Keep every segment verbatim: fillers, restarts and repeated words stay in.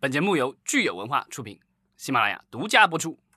本节目由聚友文化出品，喜马拉雅独家播出。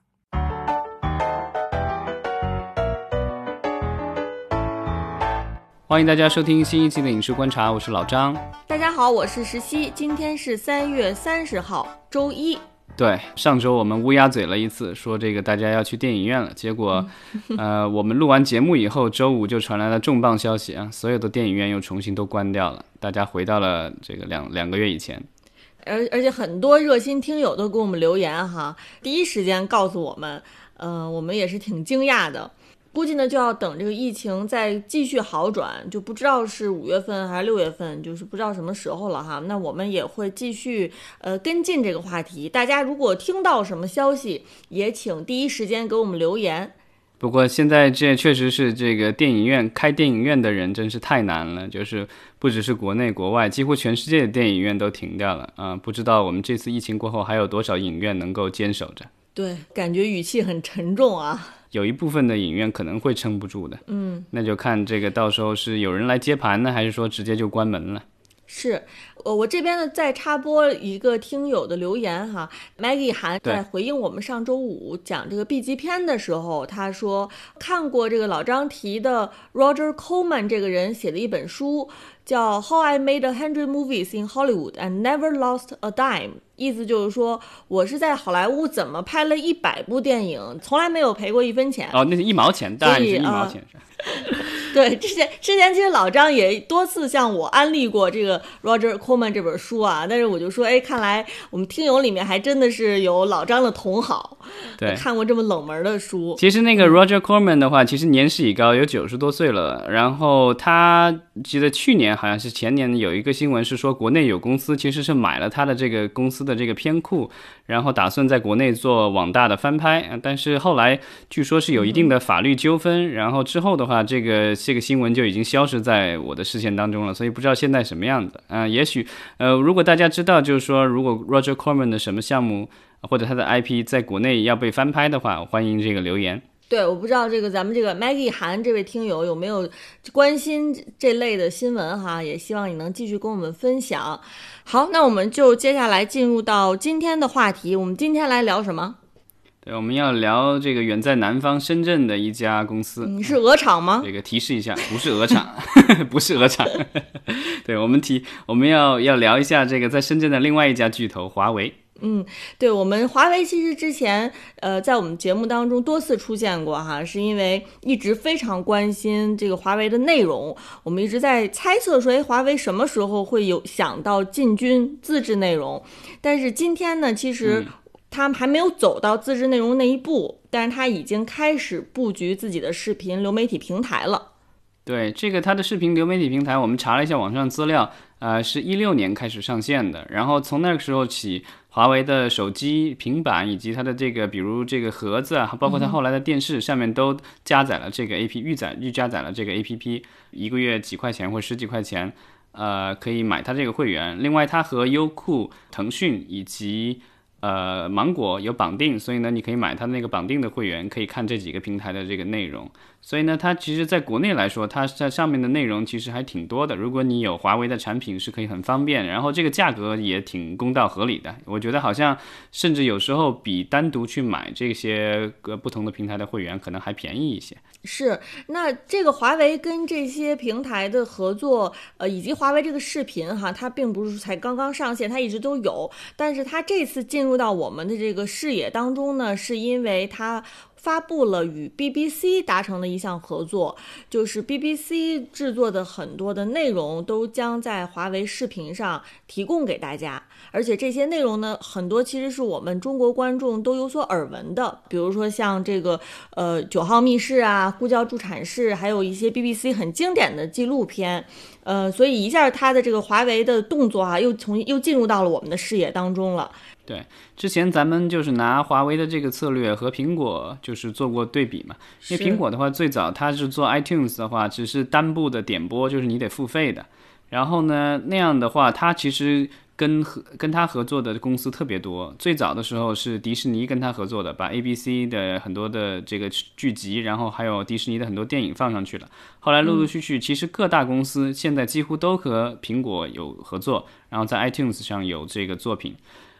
欢迎大家收听新一期的影视观察，我是老张。 大家好，我是石溪。今天是三月三十号，周一。 对，上周我们乌鸦嘴了一次，说这个大家要去电影院了，结果呃，我们录完节目以后，周五就传来了重磅消息啊，所有的电影院又重新都关掉了，大家回到了这个两两个月以前。 而而且很多热心听友都给我们留言哈，第一时间告诉我们，呃，我们也是挺惊讶的。估计呢就要等这个疫情再继续好转，就不知道是五月份还是六月份，就是不知道什么时候了哈。那我们也会继续呃跟进这个话题，大家如果听到什么消息，也请第一时间给我们留言。 不过现在这确实是这个电影院开电影院的人真是太难了，就是不只是国内国外，几乎全世界的电影院都停掉了啊、呃！不知道我们这次疫情过后还有多少影院能够坚守着。 对，感觉语气很沉重啊。 有一部分的影院可能会撑不住的， 嗯， 那就看这个到时候是有人来接盘呢，还是说直接就关门了。 是，呃，我这边呢再插播一个听友的留言哈 ，Maggie 韩在回应我们上周五讲这个 B 级片的时候，他说看过这个老张提的 Roger Corman 这个人写的一本书，叫 How I Made a Hundred Movies in Hollywood and Never Lost a Dime。意思就是说，我是在好莱坞怎么拍了一百部电影，从来没有赔过一分钱。 哦，那是一毛钱，当然是一毛钱。 对，之前之前其实老张也多次向我安利过这个 Roger Corman 这本书啊，但是我就说，哎，看来我们听友里面还真的是有老张的同好， 对， 看过这么冷门的书。 其实那个 Roger Corman 的话，其实年事已高，有九十多岁了。然后他记得去年好像是前年有一个新闻是说，国内有公司其实是买了他的这个公司的这个片库，然后打算在国内做网大的翻拍，但是后来据说是有一定的法律纠纷，然后之后的话，这个这个新闻就已经消失在我的视线当中了，所以不知道现在什么样子。嗯、呃，也许呃，如果大家知道，就是说如果 Roger Corman 的什么项目或者他的 I P 在国内要被翻拍的话，欢迎这个留言。 对，我不知道这个咱们这个 Maggie 韩这位听友有没有关心这类的新闻哈，也希望你能继续跟我们分享。好，那我们就接下来进入到今天的话题，我们今天来聊什么？ 对，我们要聊这个远在南方深圳的一家公司。 你、嗯、是鹅厂吗？ 这个提示一下，不是鹅厂，不是鹅厂。对，我们提我们要要聊一下这个在深圳的另外一家巨头华为。 嗯，对，我们华为其实之前呃在我们节目当中多次出现过哈，是因为一直非常关心这个华为的内容，我们一直在猜测说，哎，华为什么时候会有想到进军自制内容？但是今天呢，其实他们还没有走到自制内容那一步，但是他已经开始布局自己的视频流媒体平台了。 对，这个它的视频流媒体平台，我们查了一下网上资料，呃，是一六年开始上线的。然后从那个时候起，华为的手机、平板以及它的这个，比如这个盒子啊，包括它后来的电视上面都加载了这个 A P P， 预载预加载了这个 A P P， 一个月几块钱或十几块钱，呃，可以买它这个会员。另外，它和优酷、腾讯以及呃，芒果有绑定，所以呢，你可以买它那个绑定的会员，可以看这几个平台的这个内容。所以呢，它其实在国内来说，它在上面的内容其实还挺多的。如果你有华为的产品，是可以很方便，然后这个价格也挺公道合理的。我觉得好像甚至有时候比单独去买这些个不同的平台的会员可能还便宜一些。 是，那这个华为跟这些平台的合作，呃，以及华为这个视频哈，它并不是才刚刚上线，它一直都有，但是它这次进入到我们的这个视野当中呢，是因为它发布了与 B B C 达成的一项合作，就是 B B C 制作的很多的内容都将在华为视频上提供给大家，而且这些内容呢，很多其实是我们中国观众都有所耳闻的，比如说像这个呃九号密室啊、呼叫助产士，还有一些 B B C 很经典的纪录片，呃，所以一下它的这个华为的动作啊，又从又进入到了我们的视野当中了。 对，之前咱们就是拿华为的这个策略和苹果就是做过对比嘛，因为苹果的话最早它是做 iTunes 的话只是单部的点播，就是你得付费的，然后呢那样的话它其实跟和跟他合作的公司特别多，最早的时候是迪士尼跟他合作的，把 A B C 的很多的这个剧集，然后还有迪士尼的很多电影放上去了。后来陆陆续续，其实各大公司现在几乎都和苹果有合作，然后在 iTunes 上有这个作品。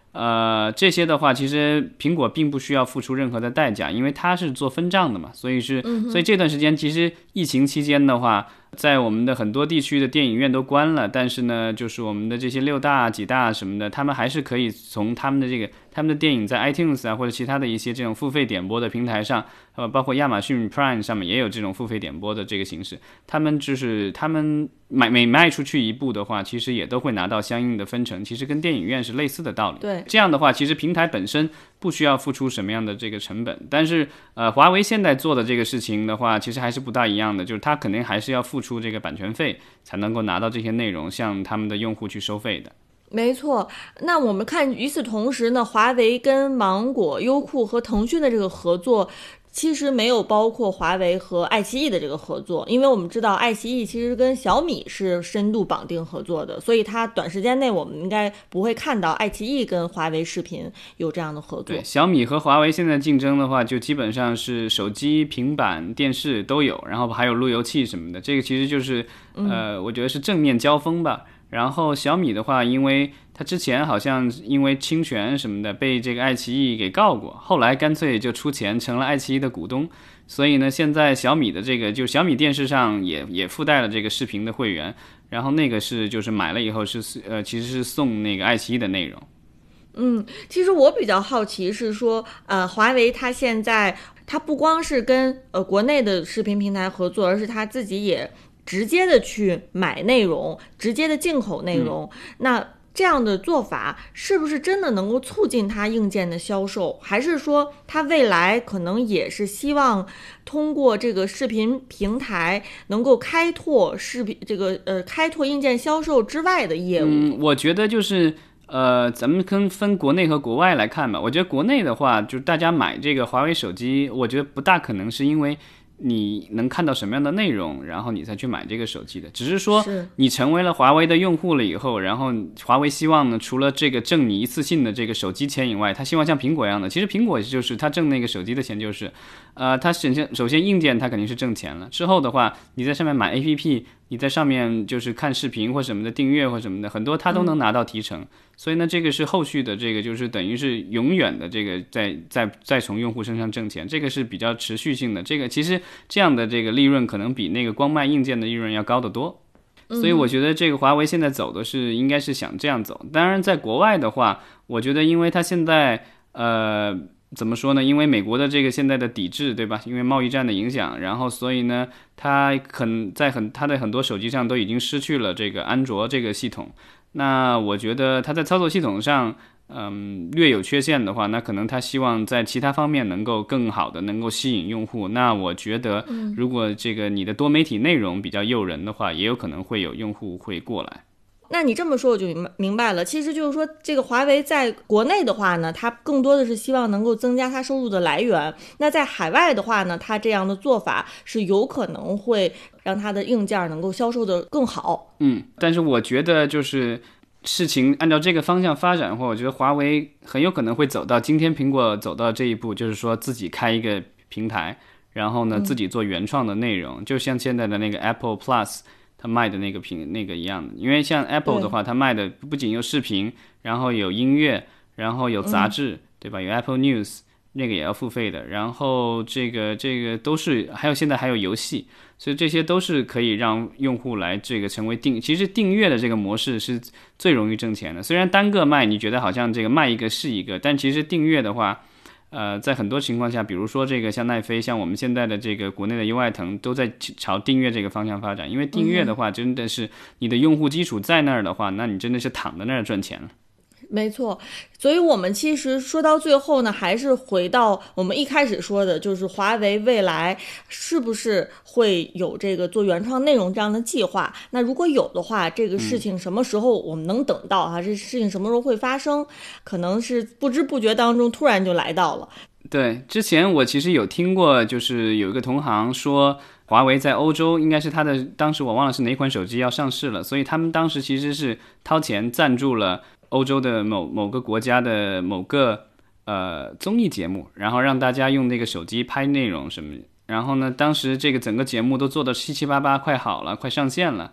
呃，这些的话，其实苹果并不需要付出任何的代价，因为它是做分账的嘛，所以是，所以这段时间其实疫情期间的话，在我们的很多地区的电影院都关了，但是呢，就是我们的这些六大、几大什么的，他们还是可以从他们的这个他们的电影在 iTunes 啊或者其他的一些这种付费点播的平台上，呃，包括亚马逊 Prime 上面也有这种付费点播的这个形式，他们就是他们买每卖出去一部的话，其实也都会拿到相应的分成，其实跟电影院是类似的道理。 对， 这样的话，其实平台本身不需要付出什么样的这个成本，但是呃，华为现在做的这个事情的话，其实还是不大一样的，就是它肯定还是要付出这个版权费，才能够拿到这些内容，向他们的用户去收费的。 没错，那我们看，与此同时呢，华为跟芒果、优酷和腾讯的这个合作，其实没有包括华为和爱奇艺的这个合作，因为我们知道爱奇艺其实跟小米是深度绑定合作的，所以它短时间内我们应该不会看到爱奇艺跟华为视频有这样的合作。 对，小米和华为现在竞争的话，就基本上是手机、平板、电视都有，然后还有路由器什么的，这个其实就是呃，我觉得是正面交锋吧。然后小米的话，因为它之前好像因为侵权什么的被这个爱奇艺给告过，后来干脆就出钱成了爱奇艺的股东，所以呢，现在小米的这个就小米电视上也也附带了这个视频的会员，然后那个是就是买了以后是呃其实是送那个爱奇艺的内容。 嗯，其实我比较好奇是说，呃，华为它现在它不光是跟呃国内的视频平台合作，而是它自己也直接的去买内容，直接的进口内容。嗯、那这样的做法是不是真的能够促进它硬件的销售？还是说它未来可能也是希望通过这个视频平台能够开拓视频这个呃开拓硬件销售之外的业务？ 嗯，我觉得就是。呃，咱们跟分国内和国外来看吧。我觉得国内的话，就是大家买这个华为手机，我觉得不大可能是因为你能看到什么样的内容，然后你才去买这个手机的。只是说你成为了华为的用户了以后，然后华为希望呢，除了这个挣你一次性的这个手机钱以外，他希望像苹果一样的，其实苹果就是他挣那个手机的钱，就是呃，他首先首先硬件它肯定是挣钱了，之后的话你在上面买 A P P， 你在上面就是看视频或什么的订阅或什么的，很多他都能拿到提成。嗯，所以呢，这个是后续的这个，就是等于是永远的这个在在再从用户身上挣钱，这个是比较持续性的。这个其实这样的这个利润可能比那个光卖硬件的利润要高得多。所以我觉得这个华为现在走的是应该是想这样走。当然，在国外的话，我觉得因为它现在呃怎么说呢？因为美国的这个现在的抵制，对吧？因为贸易战的影响，然后所以呢，它可能在很它的很多手机上都已经失去了这个安卓这个系统。那我觉得它在操作系统上，嗯，略有缺陷的话，那可能他希望在其他方面能够更好的能够吸引用户。那我觉得，如果这个你的多媒体内容比较诱人的话，也有可能会有用户会过来。 那你这么说我就明白了，其实就是说这个华为在国内的话呢，它更多的是希望能够增加它收入的来源。那在海外的话呢，它这样的做法是有可能会让它的硬件能够销售的更好。 嗯，但是我觉得就是事情按照这个方向发展的话，我觉得华为很有可能会走到今天苹果走到这一步，就是说自己开一个平台，然后呢自己做原创的内容，嗯、就像现在的那个 Apple Plus。他卖的那个屏那个一样的，因为像 Apple 的话，它卖的不仅有视频，然后有音乐，然后有杂志，嗯、对吧？有 Apple News， 那个也要付费的，然后这个这个都是，还有现在还有游戏，所以这些都是可以让用户来这个成为订，其实订阅的这个模式是最容易挣钱的。虽然单个卖你觉得好像这个卖一个是一个，但其实订阅的话。呃，在很多情况下，比如说这个像奈飞，像我们现在的这个国内的优爱腾，都在朝订阅这个方向发展。因为订阅的话，真的是你的用户基础在那儿的话，那你真的是躺在那儿赚钱了。 没错，所以我们其实说到最后呢，还是回到我们一开始说的，就是华为未来是不是会有这个做原创内容这样的计划？那如果有的话，这个事情什么时候我们能等到啊？嗯、这事情什么时候会发生？可能是不知不觉当中突然就来到了。 对，之前我其实有听过，就是有一个同行说，华为在欧洲应该是他的，当时我忘了是哪款手机要上市了，所以他们当时其实是掏钱赞助了欧洲的某某个国家的某个呃综艺节目，然后让大家用那个手机拍内容什么，然后呢，当时这个整个节目都做到七七八八，快好了，快上线了。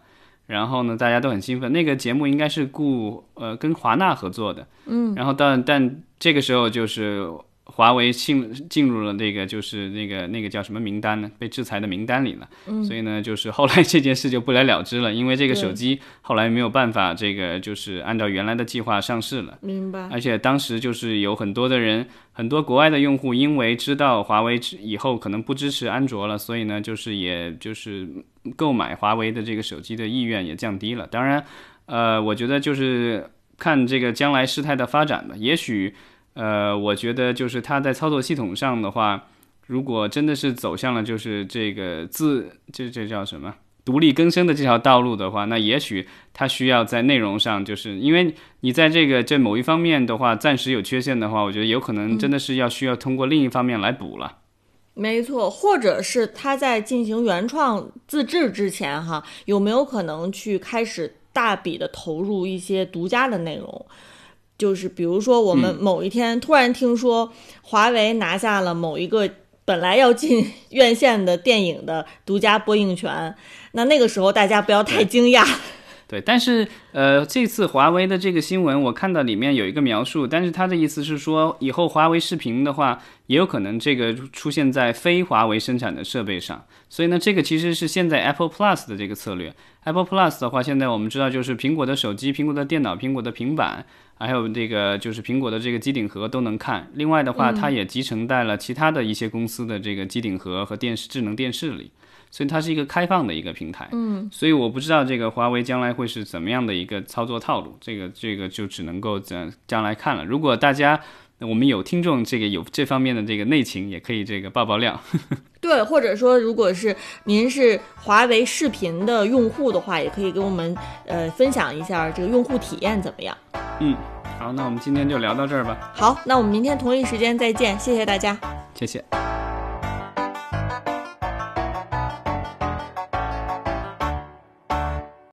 然后呢，大家都很兴奋。那个节目应该是顾呃跟华纳合作的，嗯，然后但但这个时候就是华为进进入了那个就是那个那个叫什么名单呢？被制裁的名单里了。嗯，所以呢，就是后来这件事就不了了之了，因为这个手机后来没有办法这个就是按照原来的计划上市了。 明白。 而且当时就是有很多的人，很多国外的用户，因为知道华为以后可能不支持安卓了，所以呢，就是也就是购买华为的这个手机的意愿也降低了。当然，呃，我觉得就是看这个将来事态的发展吧，也许。呃，我觉得就是它在操作系统上的话，如果真的是走向了就是这个自这这叫什么独立更生的这条道路的话，那也许它需要在内容上，就是因为你在这个这某一方面的话暂时有缺陷的话，我觉得有可能真的是要需要通过另一方面来补了。 嗯、没错，或者是它在进行原创自制之前哈，有没有可能去开始大笔的投入一些独家的内容？就是比如说我们某一天突然听说华为拿下了某一个本来要进院线的电影的独家播映权，那那个时候大家不要太惊讶。 对，但是呃，这次华为的这个新闻我看到里面有一个描述，但是他的意思是说，以后华为视频的话，也有可能这个出现在非华为生产的设备上。所以呢，这个其实是现在 Apple Plus 的这个策略。Apple Plus 的话，现在我们知道就是苹果的手机、苹果的电脑、苹果的平板，还有这个就是苹果的这个机顶盒都能看。另外的话，它也集成在了其他的一些公司的这个机顶盒和电视智能电视里。所以它是一个开放的一个平台，嗯，所以我不知道这个华为将来会是怎么样的一个操作套路，这个这个就只能够将来看了。如果大家我们有听众这个有这方面的这个内情，也可以这个爆爆料。 对，或者说如果是您是华为视频的用户的话，也可以给我们呃分享一下这个用户体验怎么样。 嗯，好，那我们今天就聊到这儿吧。 好，那我们明天同一时间再见，谢谢大家。 谢谢。